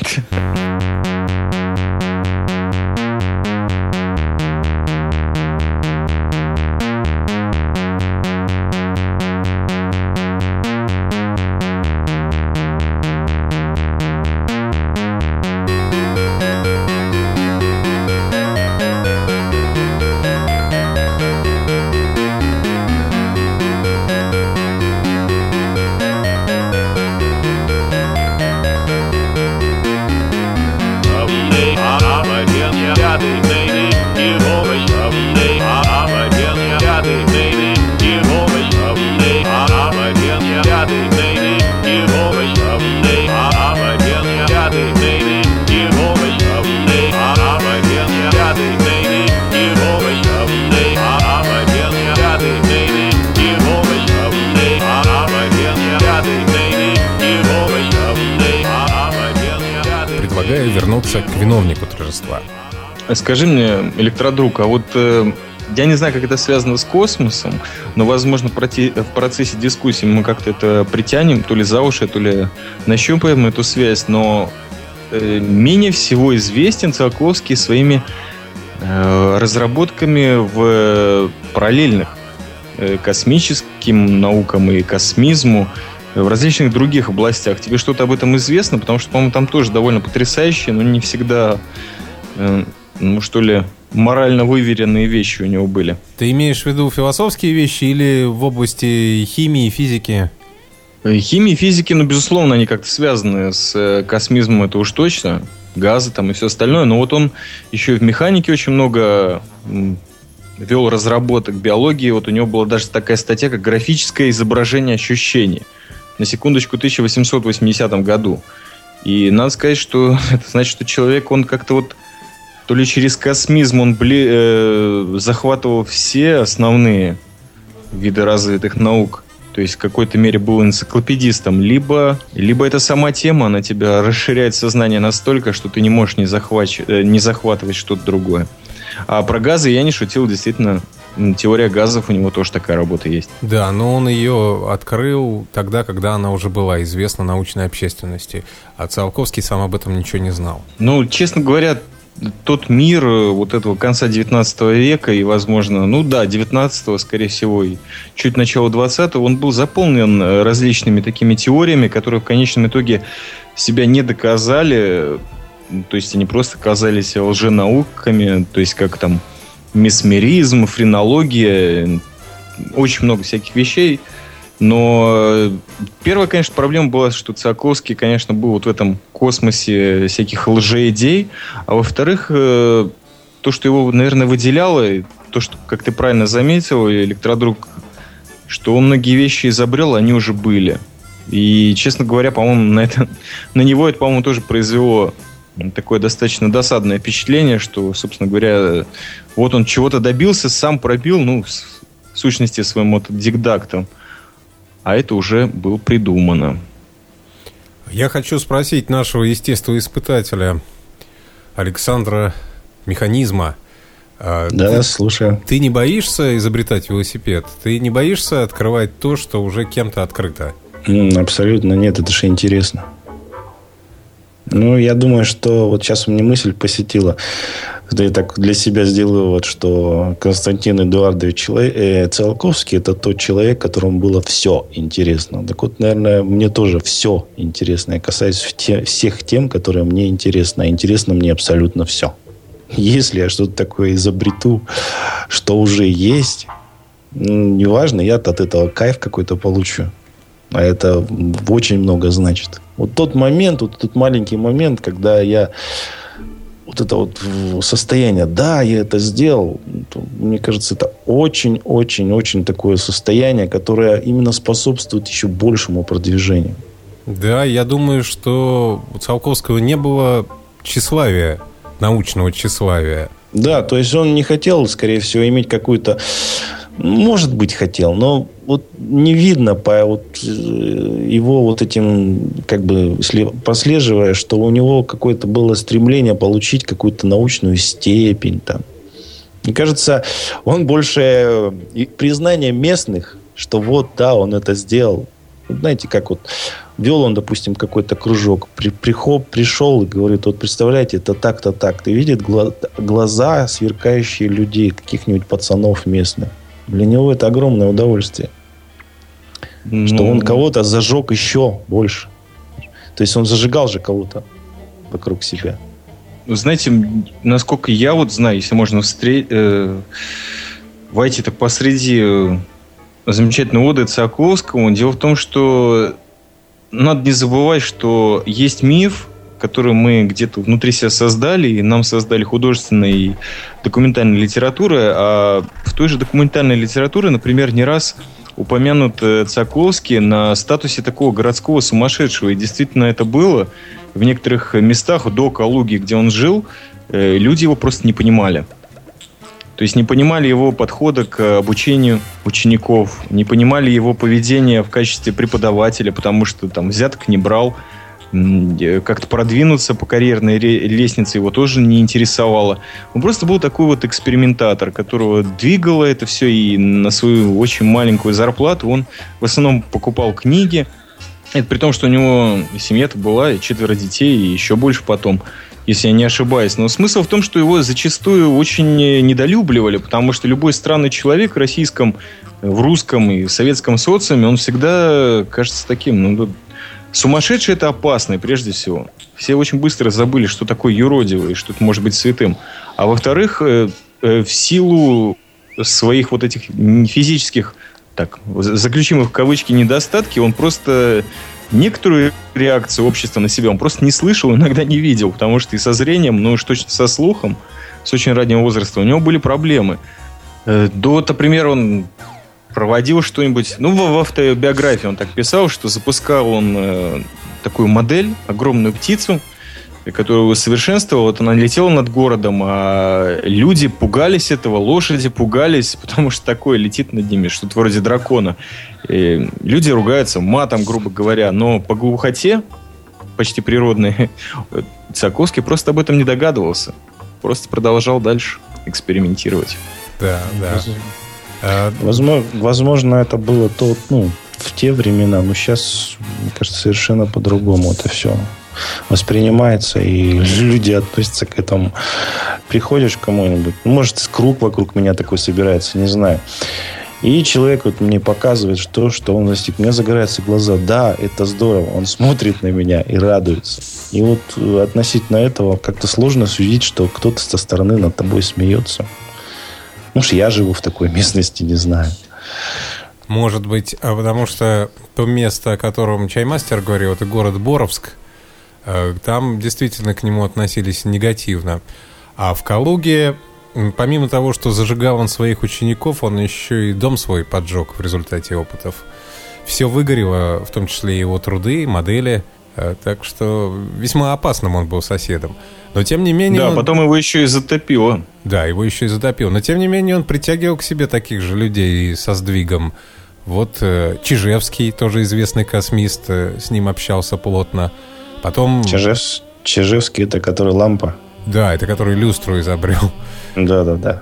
Предлагаю вернуться к виновнику торжества. Скажи мне, электродруг, а вот я не знаю, как это связано с космосом, но, возможно, в процессе дискуссии мы как-то это притянем, то ли за уши, то ли нащупаем эту связь, но менее всего известен Циолковский своими разработками в параллельных космическим наукам и космизму, в различных других областях. Тебе что-то об этом известно? Потому что, по-моему, там тоже довольно потрясающие, но не всегда, что ли, морально выверенные вещи у него были. Ты имеешь в виду философские вещи или в области химии, физики? Химия и физики, безусловно, они как-то связаны с космизмом, это уж точно. Газы там и все остальное. Но вот он еще и в механике очень много вел разработок биологии. Вот у него была даже такая статья, как «Графическое изображение ощущений». На секундочку, в 1880 году. И надо сказать, что это значит, что человек, он как-то вот то ли через космизм он захватывал все основные виды развитых наук, то есть в какой-то мере был энциклопедистом, либо эта сама тема, она тебя расширяет сознание настолько, что ты не можешь не захватывать что-то другое. А про газы я не шутил, действительно, теория газов, у него тоже такая работа есть. Да, но он ее открыл тогда, когда она уже была известна научной общественности, а Циолковский сам об этом ничего не знал. Честно говоря, тот мир вот этого конца 19 века и, возможно, 19-го, скорее всего, и чуть начало 20-го, он был заполнен различными такими теориями, которые в конечном итоге себя не доказали, то есть они просто казались лженауками, то есть как там месмеризм, френология, очень много всяких вещей. Но первая, конечно, проблема была, что Циолковский, конечно, был вот в этом космосе всяких лжеидей. А во-вторых, то, что его, наверное, выделяло, то, что, как ты правильно заметил, электродруг, что он многие вещи изобрел, они уже были. И, честно говоря, по-моему, на него это, по-моему, тоже произвело такое достаточно досадное впечатление, что, собственно говоря, вот он чего-то добился, сам пробил, в сущности, своим вот дикдактом. А это уже было придумано. Я хочу спросить нашего естествоиспытателя Александра Механизма. Да, слушаю. Ты не боишься изобретать велосипед? Ты не боишься открывать то, что уже кем-то открыто? Абсолютно нет, это же интересно. Я думаю, что вот сейчас у меня мысль посетила. Я так для себя сделаю вывод, что Константин Эдуардович Циолковский – это тот человек, которому было все интересно. Так вот, наверное, мне тоже все интересно. Я касаюсь всех тем, которые мне интересны. А интересно мне абсолютно все. Если я что-то такое изобрету, что уже есть, неважно, я от этого кайф какой-то получу. А это очень много значит. Вот тот момент, вот тот маленький момент, когда я вот это вот состояние, да, я это сделал, мне кажется, это очень-очень-очень такое состояние, которое именно способствует еще большему продвижению. Да, я думаю, что у Циолковского не было тщеславия, научного тщеславия. Да, то есть он не хотел, скорее всего, иметь какую-то... Может быть, хотел, но вот не видно по вот его вот этим, прослеживая, что у него какое-то было стремление получить какую-то научную степень там. Мне кажется, он больше признание местных, что вот, да, он это сделал. Вот знаете, как вот вел он, допустим, какой-то кружок, пришел и говорит, вот представляете, это так-то так. И видит глаза сверкающие людей, каких-нибудь пацанов местных. Для него это огромное удовольствие. Что он кого-то зажег еще больше. То есть он зажигал же кого-то вокруг себя. Знаете, насколько я вот знаю, если можно войти так посреди замечательной оды Циолковскому, дело в том, что надо не забывать, что есть миф, который мы где-то внутри себя создали, и нам создали художественная и документальная литература, а в той же документальной литературе, например, не раз упомянут Циолковский на статусе такого городского сумасшедшего, и действительно это было. В некоторых местах до Калуги, где он жил, люди его просто не понимали. То есть не понимали его подхода к обучению учеников, не понимали его поведения в качестве преподавателя, потому что там взяток не брал, как-то продвинуться по карьерной лестнице его тоже не интересовало. Он просто был такой вот экспериментатор, которого двигало это все, и на свою очень маленькую зарплату он в основном покупал книги. Это при том, что у него семья-то была, и 4 детей, и еще больше потом, если я не ошибаюсь. Но смысл в том, что его зачастую очень недолюбливали, потому что любой странный человек в российском, в русском и в советском социуме, он всегда кажется таким, сумасшедший — это опасно, прежде всего. Все очень быстро забыли, что такое юродивый, что это может быть святым. А во-вторых, в силу своих вот этих физических так, заключим их в кавычки, недостатки, он просто некоторую реакцию общества на себя он просто не слышал, иногда не видел, потому что и со зрением, ну уж точно со слухом, с очень раннего возраста у него были проблемы. Например, он проводил что-нибудь, в автобиографии он так писал, что запускал он такую модель, огромную птицу, которую усовершенствовал, вот она летела над городом, а люди пугались этого, лошади пугались, потому что такое летит над ними, что-то вроде дракона. И люди ругаются матом, грубо говоря, но по глухоте, почти природной, Циолковский просто об этом не догадывался. Просто продолжал дальше экспериментировать. Да. Возможно, это было в те времена, но сейчас, мне кажется, совершенно по-другому это все воспринимается, и люди относятся к этому. Приходишь к кому-нибудь, может, круг вокруг меня такой собирается, не знаю. И человек вот мне показывает, что он достиг. У меня загораются глаза. Да, это здорово. Он смотрит на меня и радуется. И вот относительно этого как-то сложно судить, что кто-то со стороны над тобой смеется. Может, я живу в такой местности, не знаю. Может быть, потому что то место, о котором Чаймастер говорил, это город Боровск. Там действительно к нему относились негативно. А в Калуге, помимо того, что зажигал он своих учеников, он еще и дом свой поджег в результате опытов. Все выгорело, в том числе и его труды, модели. Так что весьма опасным он был соседом. Но тем не менее... Да, потом его еще и затопило. Да, его еще и затопило. Но тем не менее он притягивал к себе таких же людей со сдвигом. Вот Чижевский, тоже известный космист, с ним общался плотно. Потом... Чижевский, это который лампа. Да, это который люстру изобрел. Да.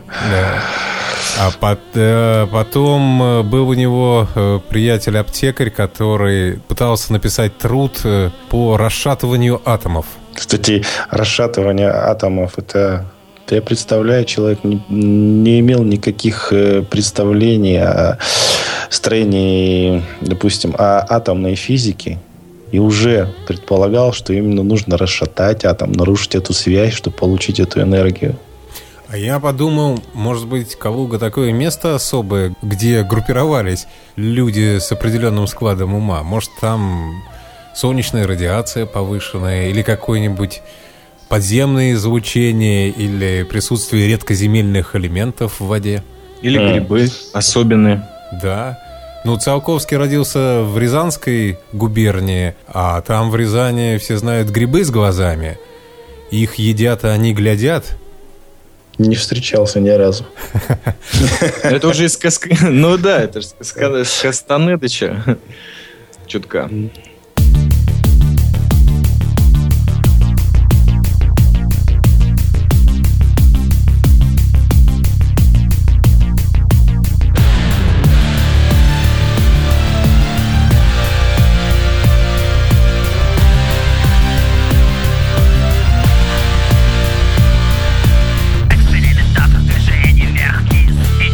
А потом был у него приятель-аптекарь, который пытался написать труд по расшатыванию атомов. Кстати, расшатывание атомов, это... Я представляю, человек не имел никаких представлений о строении, допустим, о атомной физике. И уже предполагал, что именно нужно расшатать атом, нарушить эту связь, чтобы получить эту энергию. А я подумал, может быть, Калуга такое место особое, где группировались люди с определенным складом ума. Может, там солнечная радиация повышенная, или какое-нибудь подземное излучение, или присутствие редкоземельных элементов в воде. Или грибы особенные. Да. Циолковский родился в Рязанской губернии, а там в Рязани все знают грибы с глазами. Их едят, а они глядят. Не встречался ни разу. Это уже из Ну да, это же с Кастанедыча. Чутка.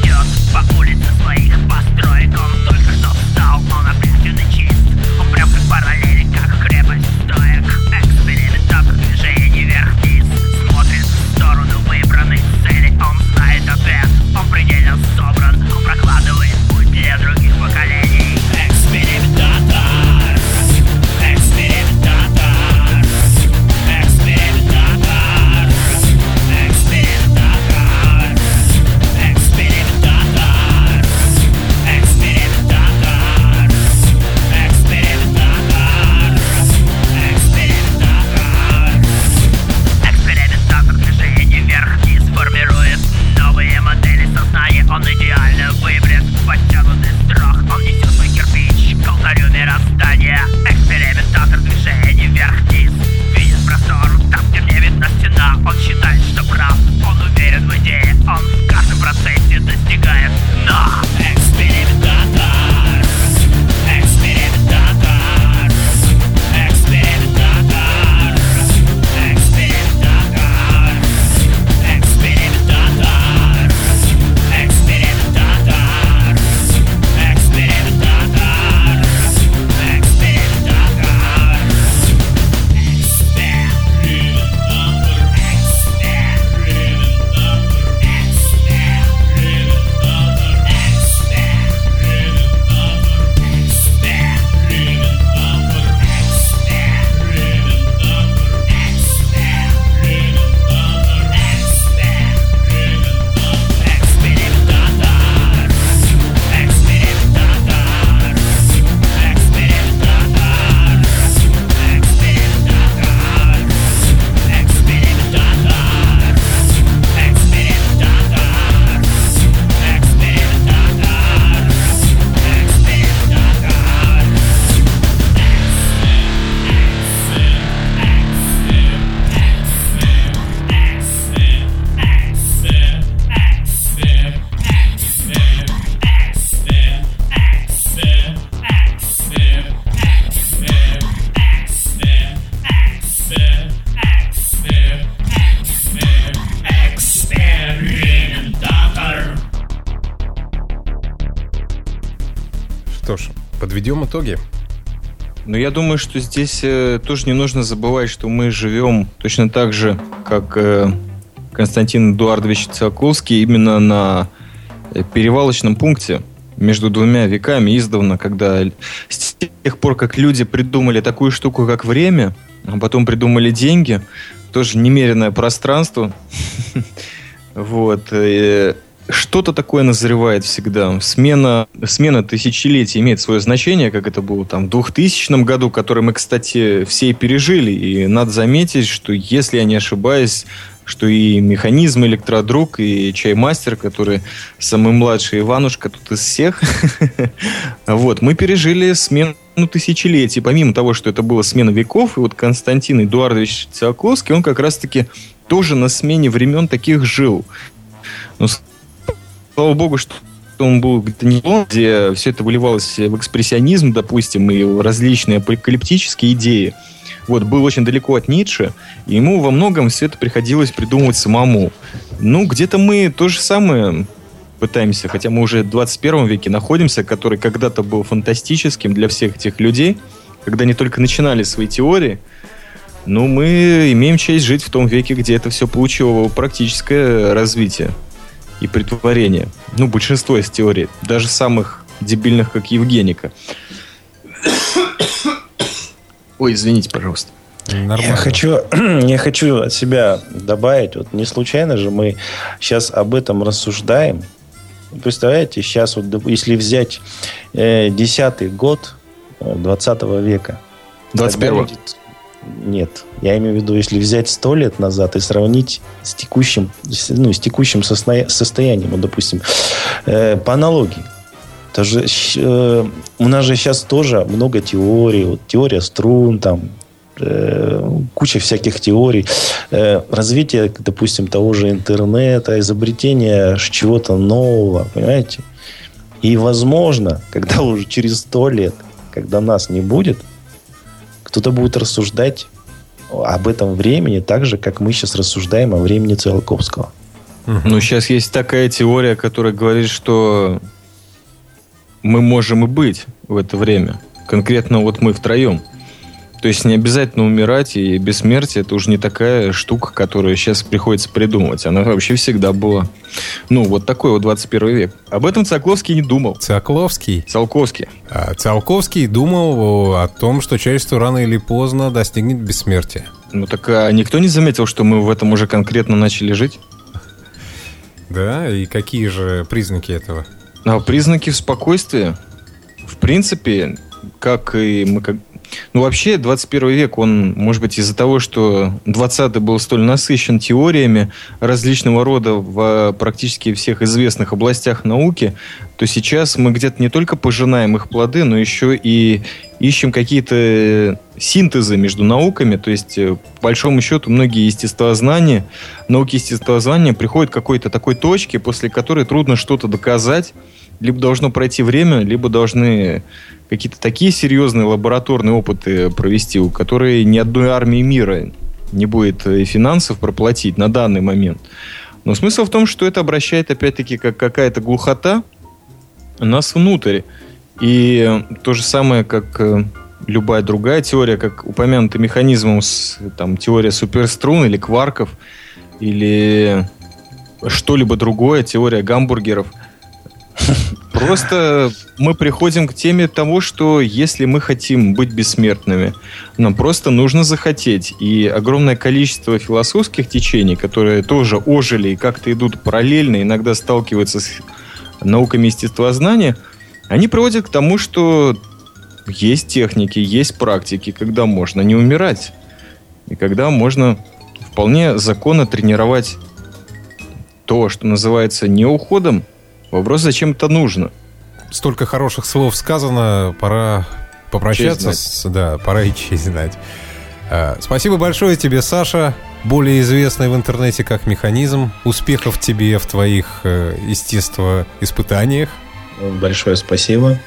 По улице своих построек он только что встал, он опрятен и чист. Он прям как что ж, подведем итоги. Но я думаю, что здесь тоже не нужно забывать, что мы живем точно так же, как Константин Эдуардович Циолковский, именно на перевалочном пункте между двумя веками издавна, когда с тех пор, как люди придумали такую штуку, как время, а потом придумали деньги, тоже немеренное пространство, вот, что-то такое назревает всегда. Смена тысячелетий имеет свое значение, как это было там в 2000 году, который мы, кстати, все пережили. И надо заметить, что, если я не ошибаюсь, что и Механизм, Электродруг, и Чаймастер, который самый младший Иванушка тут из всех, вот, мы пережили смену тысячелетий. Помимо того, что это была смена веков, и вот Константин Эдуардович Циолковский, он как раз-таки тоже на смене времен таких жил. Но слава богу, что он был где-то не он, где все это выливалось в экспрессионизм, допустим, и различные апокалиптические идеи. Вот, был очень далеко от Ницше, и ему во многом все это приходилось придумывать самому. Ну, где-то мы то же самое пытаемся, хотя мы уже в 21 веке находимся, который когда-то был фантастическим для всех этих людей, когда они только начинали свои теории. Но мы имеем честь жить в том веке, где это все получило практическое развитие и претворение. Ну, большинство из теорий, даже самых дебильных, как Евгеника. Ой, извините, пожалуйста. Я хочу от себя добавить, вот не случайно же мы сейчас об этом рассуждаем. Представляете, сейчас вот, если взять 10-й год 20 века. 21-го? Нет, я имею в виду, если взять 100 лет назад и сравнить с текущим состоянием, вот, допустим, по аналогии. У нас же сейчас тоже много теорий, вот, теория струн, там, куча всяких теорий, развитие, допустим, того же интернета, изобретение чего-то нового, понимаете? И, возможно, когда уже через 100 лет, когда нас не будет, кто-то будет рассуждать об этом времени так же, как мы сейчас рассуждаем о времени Циолковского. Ну, сейчас есть такая теория, которая говорит, что мы можем и быть в это время. Конкретно вот мы втроем. То есть не обязательно умирать, и бессмертие — это уже не такая штука, которую сейчас приходится придумывать. Она вообще всегда была. Ну, вот такой вот 21 век. Об этом Циолковский не думал. Циолковский думал о том, что человечество рано или поздно достигнет бессмертия. Ну, так никто не заметил, что мы в этом уже конкретно начали жить? Да, и какие же признаки этого? Признаки спокойствия. В принципе, как и мы... Ну, вообще, 21 век, он, может быть, из-за того, что 20-й был столь насыщен теориями различного рода в практически всех известных областях науки, то сейчас мы где-то не только пожинаем их плоды, но еще и ищем какие-то синтезы между науками. То есть, по большому счету, многие науки естествознания приходят к какой-то такой точке, после которой трудно что-то доказать. Либо должно пройти время, либо должны какие-то такие серьезные лабораторные опыты провести, у которых ни одной армии мира не будет финансов проплатить на данный момент. Но смысл в том, что это обращает, опять-таки, как какая-то глухота нас внутрь. И то же самое, как любая другая теория, как упомянутый механизм, там, теория суперструн или кварков, или что-либо другое, теория гамбургеров. Просто мы приходим к теме того, что если мы хотим быть бессмертными, нам просто нужно захотеть. И огромное количество философских течений, которые тоже ожили и как-то идут параллельно, иногда сталкиваются с науками естествознания, они приводят к тому, что есть техники, есть практики, когда можно не умирать. И когда можно вполне законно тренировать то, что называется не уходом. Вопрос, зачем это нужно? Столько хороших слов сказано, пора попрощаться. Пора и честь знать. Спасибо большое тебе, Саша, более известный в интернете как Механизм. Успехов тебе в твоих естествоиспытаниях. Большое спасибо.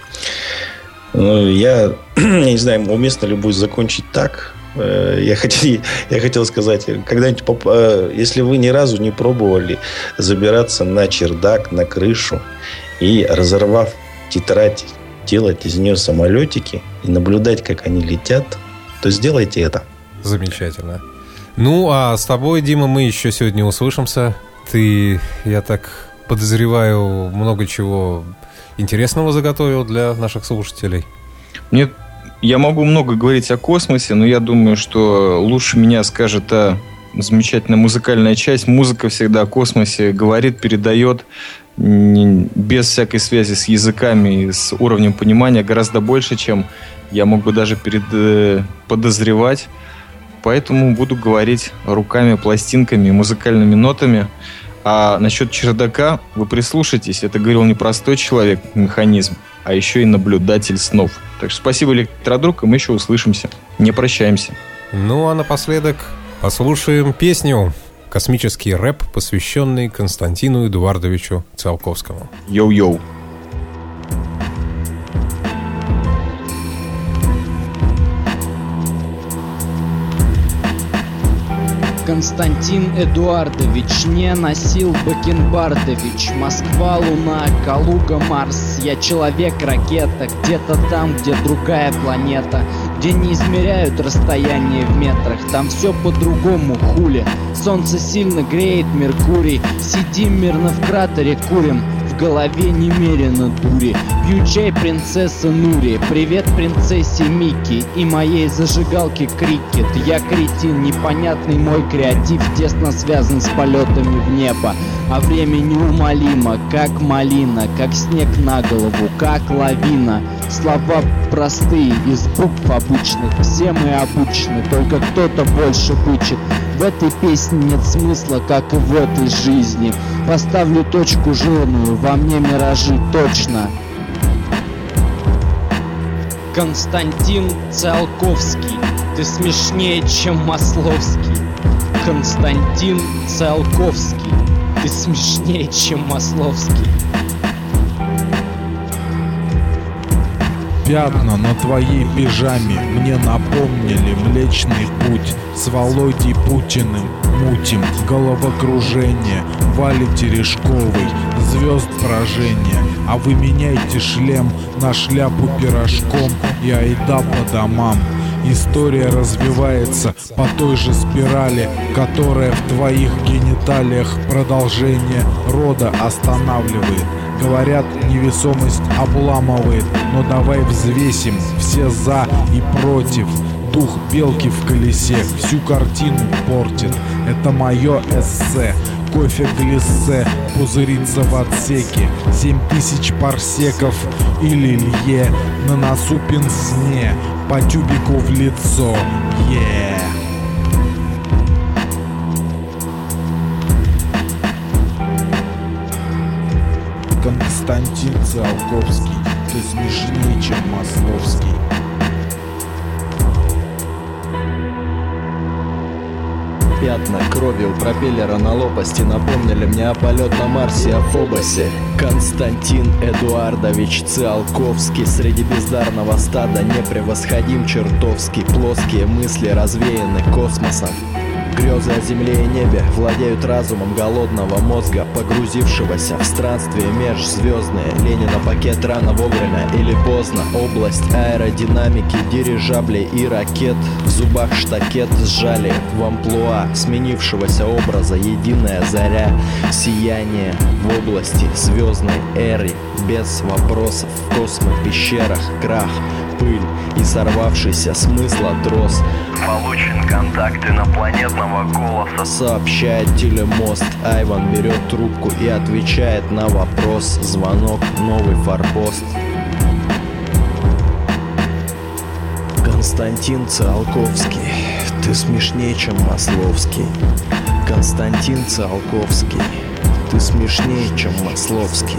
Я не знаю, уместно ли будет закончить так. Я хотел сказать, когда-нибудь, если вы ни разу не пробовали забираться на чердак, на крышу и, разорвав делать из нее самолетики и наблюдать, как они летят, то сделайте это. Замечательно. Ну, а с тобой, Дима, мы еще сегодня услышимся. Ты, я так подозреваю, много чего интересного заготовил для наших слушателей. Я могу много говорить о космосе, но я думаю, что лучше меня скажет та замечательная музыкальная часть. Музыка всегда о космосе говорит, передает без всякой связи с языками и с уровнем понимания гораздо больше, чем я мог бы даже подозревать. Поэтому буду говорить руками, пластинками, музыкальными нотами. А насчет чердака вы прислушайтесь. Это говорил не простой человек, механизм, а еще и наблюдатель снов. Так что спасибо, Электродруг, и мы еще услышимся. Не прощаемся. Ну, а напоследок послушаем песню «Космический рэп», посвященный Константину Эдуардовичу Циолковскому. Йоу-йоу. Константин Эдуардович не носил Бакенбардович. Москва, Луна, Калуга, Марс. Я человек-ракета, где-то там, где другая планета, где не измеряют расстояние в метрах. Там все по-другому, хули. Солнце сильно греет Меркурий. Сидим мирно в кратере, курим. В голове немерено дури. Пью чай принцесса Нури. Привет принцессе Микки и моей зажигалке Крикет. Я кретин, непонятный мой креатив тесно связан с полетами в небо. А время неумолимо, как малина, как снег на голову, как лавина. Слова простые, из букв обычных. Все мы обычны, только кто-то больше бычит. В этой песне нет смысла, как и в этой жизни. Поставлю точку жирную, во мне миражи точно. Константин Циолковский, ты смешнее, чем Масловский. Константин Циолковский, ты смешнее, чем Масловский. Пятна на твоей пижаме мне напомнили Млечный Путь. С Володей Путиным мутим головокружение. Вале Терешковой звезд поражения. А вы меняйте шлем на шляпу пирожком и айда по домам. История развивается по той же спирали, которая в твоих гениталиях продолжение рода останавливает. Говорят, невесомость обламывает, но давай взвесим все за и против. Дух белки в колесе всю картину портит. Это мое эссе. Кофе глиссе пузырится в отсеке. 7000 парсеков или лье на носу пенсне, по тюбику в лицо. Константин Циолковский, ты смешнее, чем Масловский. Пятна крови у пропеллера на лопасти напомнили мне о полет на Марсе, о Фобосе. Константин Эдуардович Циолковский среди бездарного стада непревосходим чертовски. Плоские мысли развеяны космосом. Грезы о земле и небе владеют разумом голодного мозга, погрузившегося в странствие межзвездные. Ленина пакет рано вовремя или поздно. Область аэродинамики, дирижаблей и ракет. В зубах штакет сжали в амплуа сменившегося образа единая заря. Сияние в области звездной эры. Без вопросов в космопещерах крах, пыль и сорвавшийся смысла трос. Получен контакт инопланетного голоса, сообщает телемост. Айван берет трубку и отвечает на вопрос. Звонок, новый форпост. Константин Циолковский, ты смешнее, чем Масловский. Константин Циолковский, ты смешнее, чем Масловский.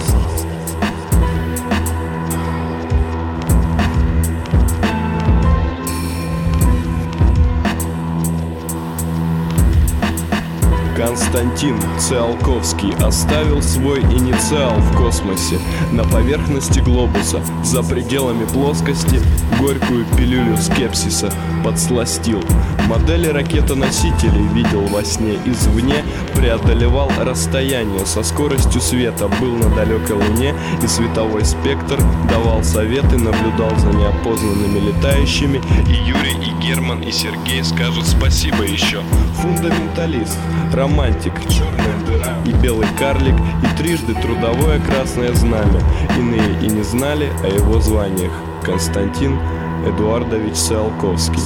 Константин Циолковский оставил свой инициал в космосе. На поверхности глобуса, за пределами плоскости, горькую пилюлю скепсиса подсластил. Модели ракетоносителей видел во сне извне, преодолевал расстояние со скоростью света, был на далекой Луне, и световой спектр давал советы, наблюдал за неопознанными летающими. И Юрий, и Герман, и Сергей скажут спасибо еще. Фундаменталист, романтик, черная дыра и белый карлик, и трижды трудовое красное знамя. Иные и не знали о его званиях. Константин Эдуардович Циолковский.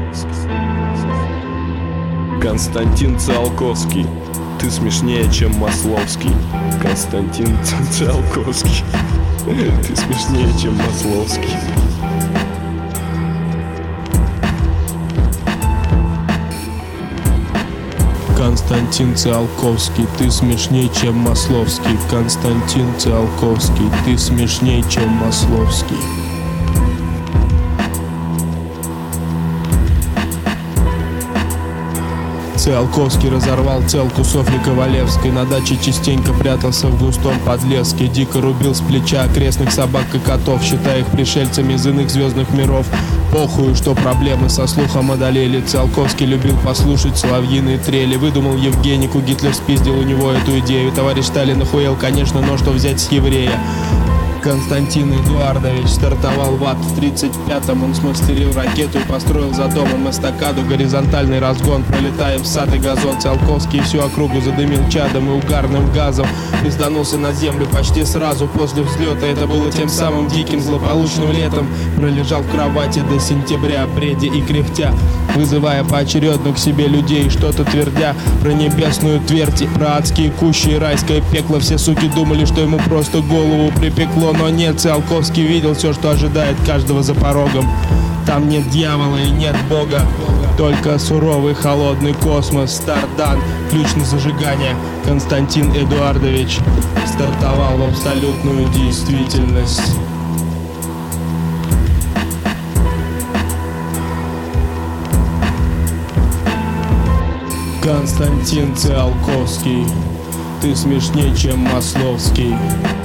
Константин Циолковский, ты смешнее, чем Масловский. Константин Циолковский, ты смешнее, чем Масловский. Константин Циолковский, ты смешнее, чем Масловский. Константин Циолковский, ты смешнее, чем Масловский. Циолковский разорвал целку Софьи Ковалевской. На даче частенько прятался в густом подлеске. Дико рубил с плеча окрестных собак и котов, считая их пришельцами из иных звездных миров. Похую, что проблемы со слухом одолели. Циолковский любил послушать соловьиные трели. Выдумал Евгенику, Гитлер спиздил у него эту идею. Товарищ Сталин охуел, конечно, но что взять с еврея? Константин Эдуардович стартовал в ад в 35-м. Он смастерил ракету и построил за домом эстакаду. Горизонтальный разгон, пролетая в сад и газон. Циолковский всю округу задымил чадом и угарным газом. Пизданулся на землю почти сразу после взлета. Это было тем самым диким злополучным летом. Пролежал в кровати до сентября, бредя и кряхтя, вызывая поочередно к себе людей, что-то твердя про небесную твердь и про адские кущи и райское пекло. Все суки думали, что ему просто голову припекло. Но нет, Циолковский видел все, что ожидает каждого за порогом. Там нет дьявола и нет Бога, только суровый холодный космос. Стардан, ключ на зажигание. Константин Эдуардович стартовал в абсолютную действительность. Константин Циолковский, ты смешнее, чем Масловский.